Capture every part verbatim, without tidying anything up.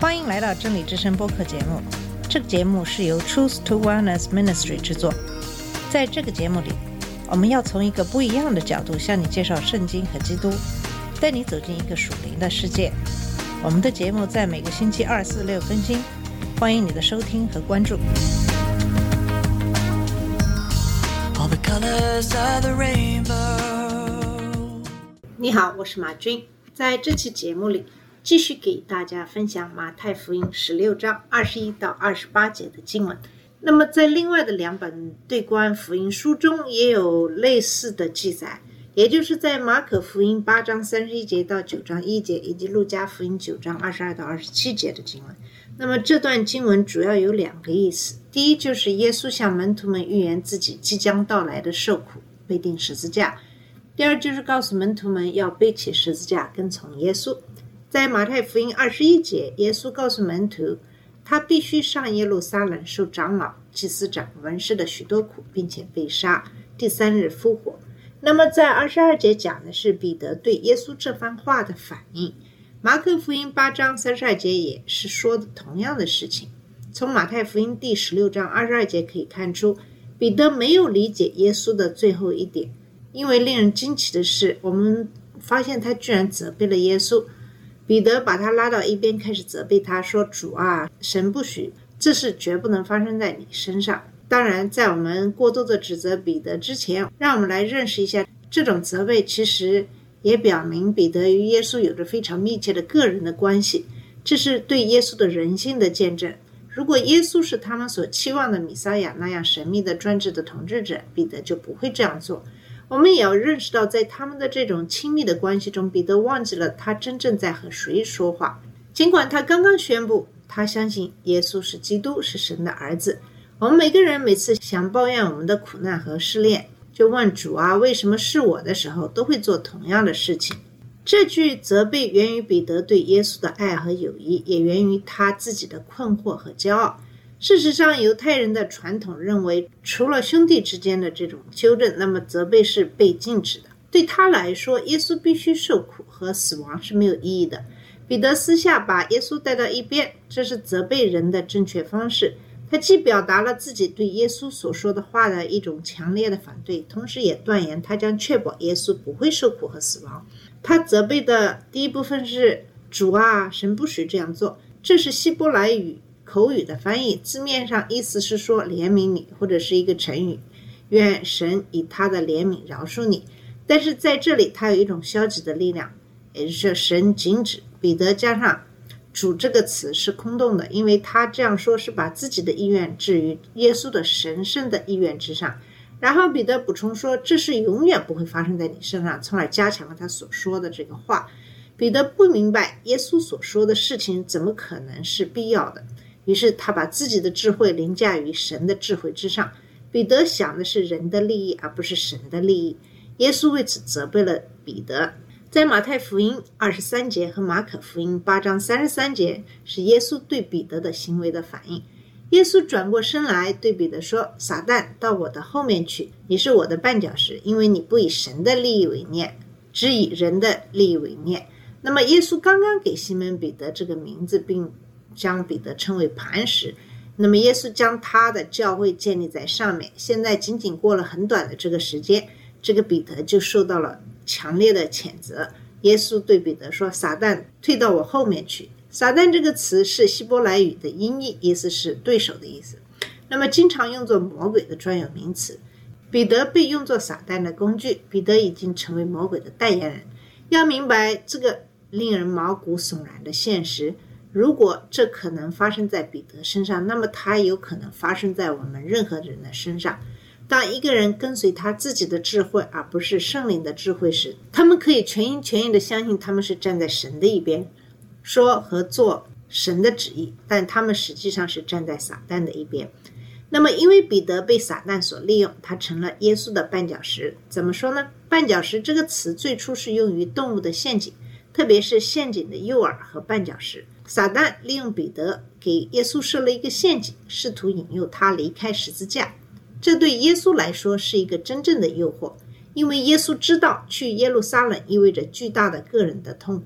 欢迎来到真理之声播客节目。这个节目是由 Truth to Wellness Ministry 制作。在这个节目里，我们要从一个不一样的角度向你介绍圣经和基督，带你走进一个属灵的世界。我们的节目在每个星期二、四、六更新，欢迎你的收听和关注。All the colors of the rainbow。你好，我是马军。在这期节目里，继续给大家分享马太福音十六章二十一到二十八节的经文。那么在另外的两本对观福音书中也有类似的记载，也就是在马可福音八章三十一节到九章一节，以及路加福音九章二十二到二十七节的经文。那么这段经文主要有两个意思，第一就是耶稣向门徒们预言自己即将到来的受苦，被钉十字架；第二就是告诉门徒们要背起十字架跟从耶稣。在马太福音二十一节，耶稣告诉门徒，他必须上耶路撒冷受长老、祭司长、文士的许多苦，并且被杀，第三日复活。那么在二十二节讲的是彼得对耶稣这番话的反应。马可福音八章三十二节也是说的同样的事情。从马太福音第十六章二十二节可以看出，彼得没有理解耶稣的最后一点，因为令人惊奇的是，我们发现他居然责备了耶稣。彼得把他拉到一边，开始责备他说，主啊，神不许，这事绝不能发生在你身上。当然在我们过多的指责彼得之前，让我们来认识一下，这种责备其实也表明彼得与耶稣有着非常密切的个人的关系，这是对耶稣的人性的见证。如果耶稣是他们所期望的弥撒亚那样神秘的专制的统治者，彼得就不会这样做。我们也要认识到，在他们的这种亲密的关系中，彼得忘记了他真正在和谁说话。尽管他刚刚宣布他相信耶稣是基督，是神的儿子。我们每个人每次想抱怨我们的苦难和试炼，就问主啊，为什么是我的时候，都会做同样的事情。这句责备源于彼得对耶稣的爱和友谊，也源于他自己的困惑和骄傲。事实上，犹太人的传统认为，除了兄弟之间的这种纠正，那么责备是被禁止的。对他来说，耶稣必须受苦和死亡是没有意义的。彼得私下把耶稣带到一边，这是责备人的正确方式。他既表达了自己对耶稣所说的话的一种强烈的反对，同时也断言他将确保耶稣不会受苦和死亡。他责备的第一部分是，主啊，神不许这样做。这是希伯来语口语的翻译，字面上意思是说怜悯你，或者是一个成语，愿神以他的怜悯饶恕你。但是在这里他有一种消极的力量，也就是神禁止。彼得加上主这个词是空洞的，因为他这样说是把自己的意愿置于耶稣的神圣的意愿之上。然后彼得补充说，这是永远不会发生在你身上，从而加强了他所说的这个话。彼得不明白耶稣所说的事情怎么可能是必要的，于是他把自己的智慧凌驾于神的智慧之上。彼得想的是人的利益，而不是神的利益。耶稣为此责备了彼得。在马太福音二十三节和马可福音八章三十三节是耶稣对彼得的行为的反应。耶稣转过身来对彼得说，撒旦，到我的后面去，你是我的绊脚石，因为你不以神的利益为念，只以人的利益为念。那么耶稣刚刚给西门彼得这个名字，并将彼得称为磐石。那么耶稣将他的教会建立在上面，现在仅仅过了很短的这个时间，这个彼得就受到了强烈的谴责。耶稣对彼得说，撒旦，退到我后面去。撒旦这个词是希伯来语的音译，意思是对手的意思，那么经常用作魔鬼的专有名词。彼得被用作撒旦的工具，彼得已经成为魔鬼的代言人。要明白这个令人毛骨悚然的现实，如果这可能发生在彼得身上，那么它有可能发生在我们任何人的身上。当一个人跟随他自己的智慧，而不是圣灵的智慧时，他们可以全心全意地相信他们是站在神的一边，说和做神的旨意，但他们实际上是站在撒旦的一边。那么因为彼得被撒旦所利用，他成了耶稣的绊脚石。怎么说呢？绊脚石这个词最初是用于动物的陷阱，特别是陷阱的诱饵和绊脚石。撒旦利用彼得给耶稣设了一个陷阱，试图引诱他离开十字架。这对耶稣来说是一个真正的诱惑，因为耶稣知道去耶路撒冷意味着巨大的个人的痛苦，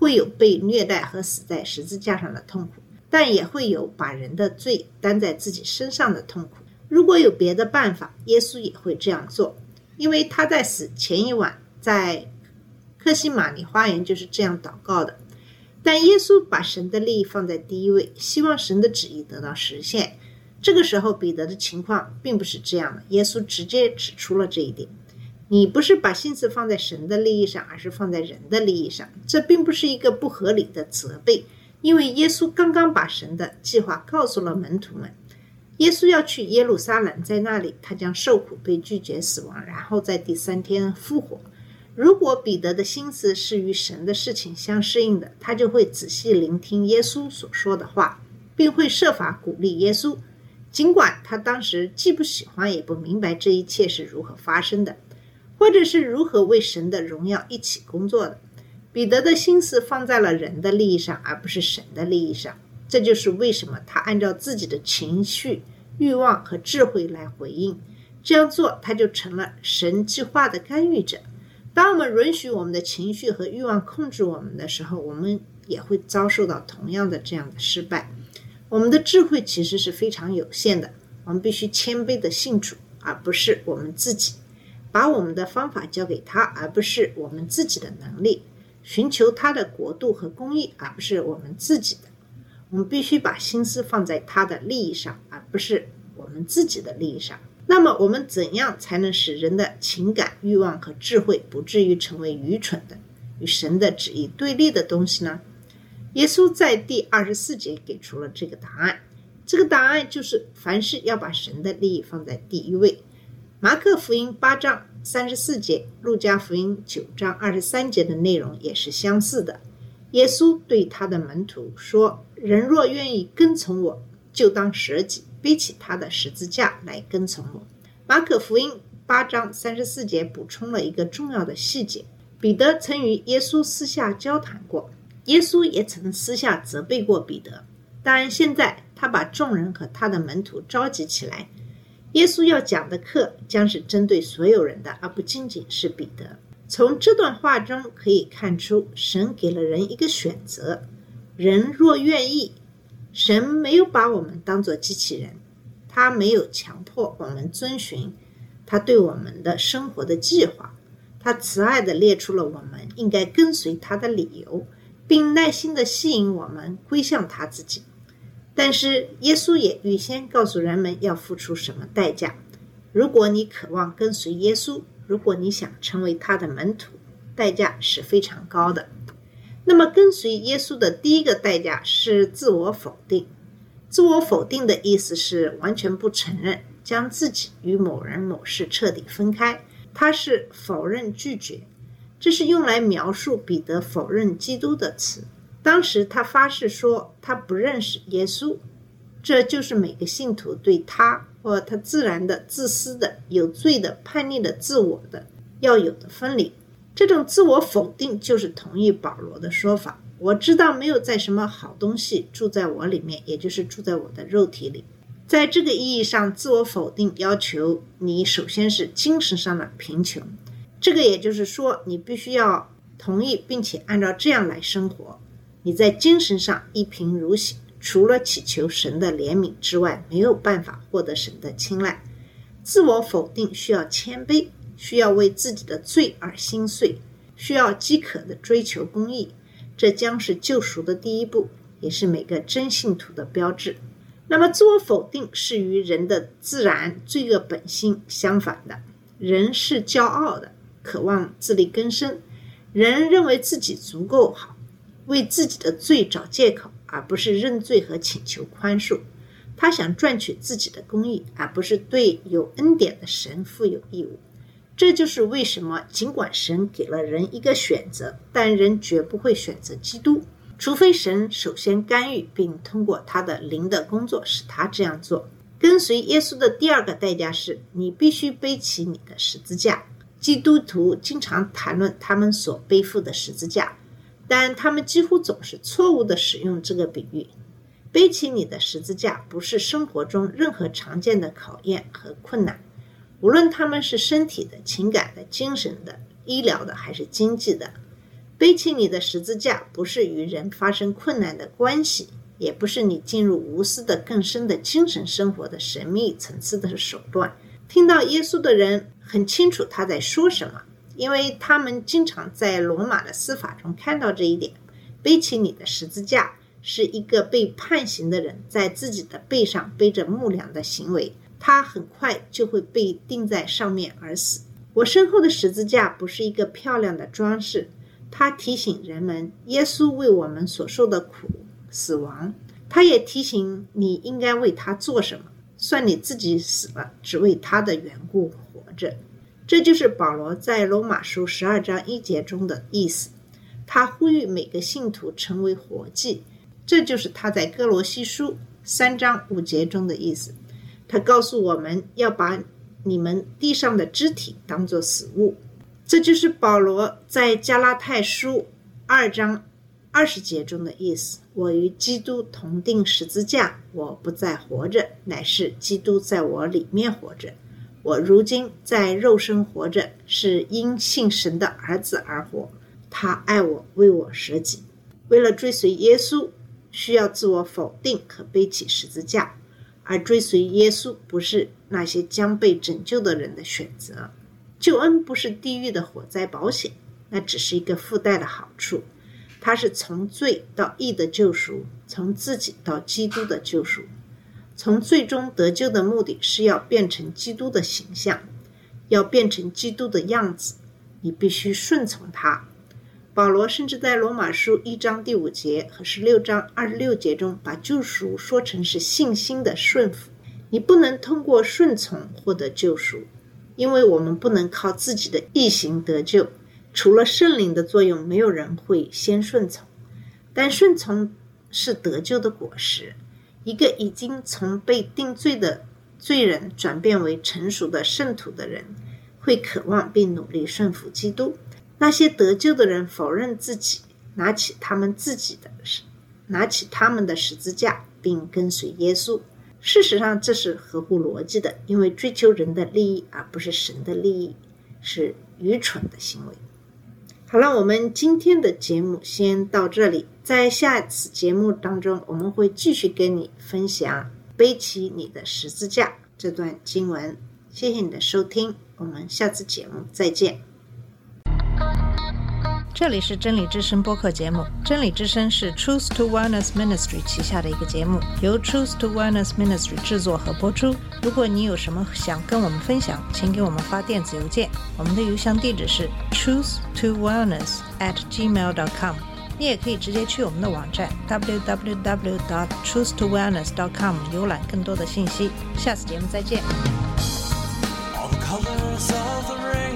会有被虐待和死在十字架上的痛苦，但也会有把人的罪担在自己身上的痛苦。如果有别的办法，耶稣也会这样做，因为他在死前一晚在客西马尼花园就是这样祷告的。但耶稣把神的利益放在第一位，希望神的旨意得到实现。这个时候彼得的情况并不是这样的，耶稣直接指出了这一点。你不是把心思放在神的利益上，而是放在人的利益上。这并不是一个不合理的责备，因为耶稣刚刚把神的计划告诉了门徒们。耶稣要去耶路撒冷，在那里他将受苦，被拒绝，死亡，然后在第三天复活。如果彼得的心思是与神的事情相适应的，他就会仔细聆听耶稣所说的话，并会设法鼓励耶稣，尽管他当时既不喜欢也不明白这一切是如何发生的，或者是如何为神的荣耀一起工作的。彼得的心思放在了人的利益上，而不是神的利益上。这就是为什么他按照自己的情绪、欲望和智慧来回应，这样做他就成了神计划的干预者。当我们允许我们的情绪和欲望控制我们的时候，我们也会遭受到同样的这样的失败。我们的智慧其实是非常有限的，我们必须谦卑的信主，而不是我们自己，把我们的方法交给他，而不是我们自己的能力，寻求他的国度和公义，而不是我们自己的。我们必须把心思放在他的利益上，而不是我们自己的利益上。那么我们怎样才能使人的情感、欲望和智慧不至于成为愚蠢的、与神的旨意对立的东西呢？耶稣在第二十四节给出了这个答案。这个答案就是凡事要把神的利益放在第一位。马可福音八章三十四节，路加福音九章二十三节的内容也是相似的。耶稣对他的门徒说，人若愿意跟从我，就当舍己，背起他的十字架来跟从我。马可福音八章三十四节补充了一个重要的细节，彼得曾与耶稣私下交谈过，耶稣也曾私下责备过彼得。当然现在他把众人和他的门徒召集起来，耶稣要讲的课将是针对所有人的，而不仅仅是彼得。从这段话中可以看出，神给了人一个选择，人若愿意。神没有把我们当作机器人，他没有强迫我们遵循他对我们的生活的计划，他慈爱地列出了我们应该跟随他的理由，并耐心地吸引我们归向他自己。但是耶稣也预先告诉人们要付出什么代价。如果你渴望跟随耶稣，如果你想成为他的门徒，代价是非常高的。那么跟随耶稣的第一个代价是自我否定。自我否定的意思是完全不承认，将自己与某人某事彻底分开，它是否认拒绝。这是用来描述彼得否认基督的词。当时他发誓说他不认识耶稣，这就是每个信徒对他或他自然的、自私的、有罪的、叛逆的自我的要有的分离。这种自我否定就是同意保罗的说法，我知道没有在什么好东西住在我里面，也就是住在我的肉体里。在这个意义上，自我否定要求你首先是精神上的贫穷，这个也就是说你必须要同意并且按照这样来生活。你在精神上一贫如洗，除了祈求神的怜悯之外，没有办法获得神的青睐。自我否定需要谦卑，需要为自己的罪而心碎，需要饥渴的追求公义，这将是救赎的第一步，也是每个真信徒的标志。那么自我否定是与人的自然罪恶本性相反的。人是骄傲的，渴望自力更生，人认为自己足够好，为自己的罪找借口，而不是认罪和请求宽恕。他想赚取自己的公义，而不是对有恩典的神负有义务。这就是为什么尽管神给了人一个选择，但人绝不会选择基督，除非神首先干预，并通过他的灵的工作使他这样做。跟随耶稣的第二个代价是，你必须背起你的十字架。基督徒经常谈论他们所背负的十字架，但他们几乎总是错误地使用这个比喻。背起你的十字架不是生活中任何常见的考验和困难，无论他们是身体的、情感的、精神的、医疗的还是经济的。 背起你的十字架不是与人发生困难的关系，也不是你进入无私的更深的精神生活的神秘层次的手段。听到耶稣的人很清楚他在说什么，因为他们经常在罗马的司法中看到这一点。背起你的十字架是一个被判刑的人在自己的背上背着木梁的行为，他很快就会被钉在上面而死。我身后的十字架不是一个漂亮的装饰，它提醒人们耶稣为我们所受的苦、死亡，它也提醒你应该为他做什么，算你自己死了，只为他的缘故活着。这就是保罗在罗马书十二章一节中的意思，他呼吁每个信徒成为活祭，这就是他在哥罗西书三章五节中的意思。他告诉我们要把你们地上的肢体当作死物，这就是保罗在加拉太书二章二十节中的意思。我与基督同钉十字架，我不再活着，乃是基督在我里面活着。我如今在肉身活着，是因信神的儿子而活。他爱我，为我舍己。为了追随耶稣，需要自我否定和背起十字架，而追随耶稣不是那些将被拯救的人的选择。救恩不是地狱的火灾保险，那只是一个附带的好处。它是从罪到义的救赎，从自己到基督的救赎。从最终得救的目的是要变成基督的形象，要变成基督的样子，你必须顺从他。保罗甚至在罗马书一章第五节和十六章二十六节中把救赎说成是信心的顺服。你不能通过顺从获得救赎，因为我们不能靠自己的义行得救，除了圣灵的作用，没有人会先顺从。但顺从是得救的果实。一个已经从被定罪的罪人转变为成熟的圣徒的人，会渴望并努力顺服基督。那些得救的人否认自己，拿起他们自己的拿起他们的十字架，并跟随耶稣。事实上这是合乎逻辑的，因为追求人的利益而不是神的利益是愚蠢的行为。好了，我们今天的节目先到这里，在下次节目当中，我们会继续跟你分享背起你的十字架这段经文。谢谢你的收听，我们下次节目再见。 这里是真理之声播客节目，真理之声是 Truth to Wellness Ministry 旗下的一个节目，由 Truth to Wellness Ministry 制作和播出。如果你有什么想跟我们分享，请给我们发电子邮件，我们的邮箱地址是 truth to wellness at gmail dot com。 你也可以直接去我们的网站 double-u double-u double-u dot truth to wellness dot com 浏览更多的信息。下次节目再见。All the colors of the rainbow